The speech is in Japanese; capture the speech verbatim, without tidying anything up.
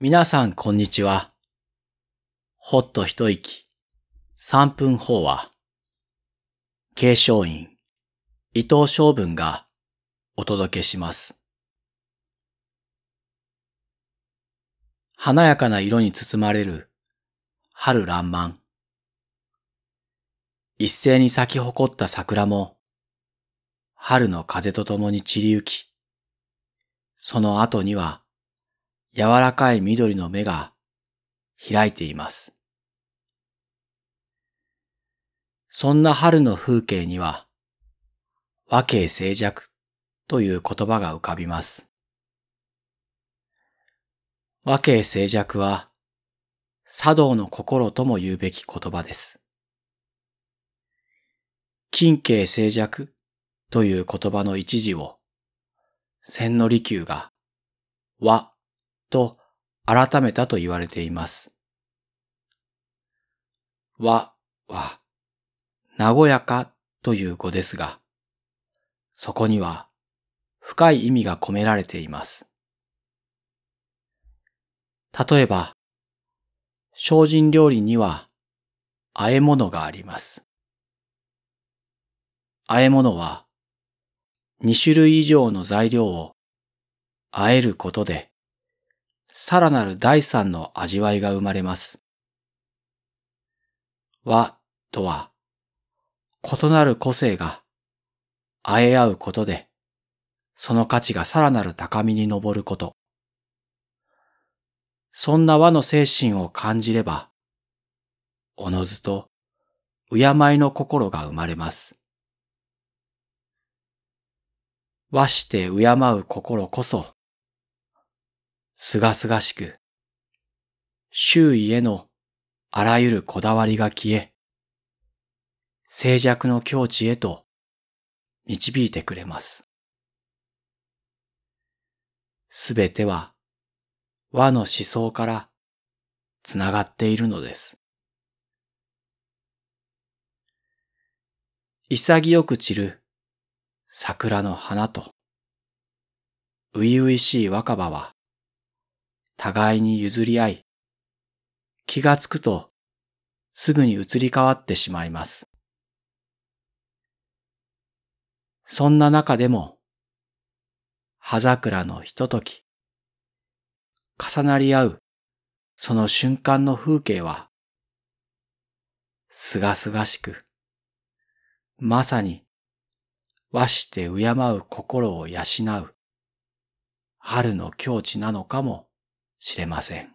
皆さんこんにちは。ほっと一息、三分法話。継承院、伊藤昌文がお届けします。華やかな色に包まれる春爛漫。一斉に咲き誇った桜も、春の風とともに散りゆき、その後には柔らかい緑の芽が開いています。そんな春の風景には、和敬静寂という言葉が浮かびます。和敬静寂は、茶道の心とも言うべき言葉です。近敬静寂という言葉の一字を、千利休が和と改めたと言われています。和は、和やかという語ですが、そこには深い意味が込められています。例えば、精進料理には、和え物があります。和え物は、に種類以上の材料を和えることで、さらなる第三の味わいが生まれます。和とは、異なる個性が和え合うことで、その価値がさらなる高みに上ること。そんな和の精神を感じれば、おのずと敬いの心が生まれます。和して敬う心こそ、すがすがしく、周囲へのあらゆるこだわりが消え、静寂の境地へと導いてくれます。すべては和の思想からつながっているのです。潔く散る桜の花と、初々しい若葉は、互いに譲り合い、気がつくとすぐに移り変わってしまいます。そんな中でも、葉桜のひととき、重なり合うその瞬間の風景は、すがすがしく、まさに和して敬う心を養う春の境地なのかもしれません。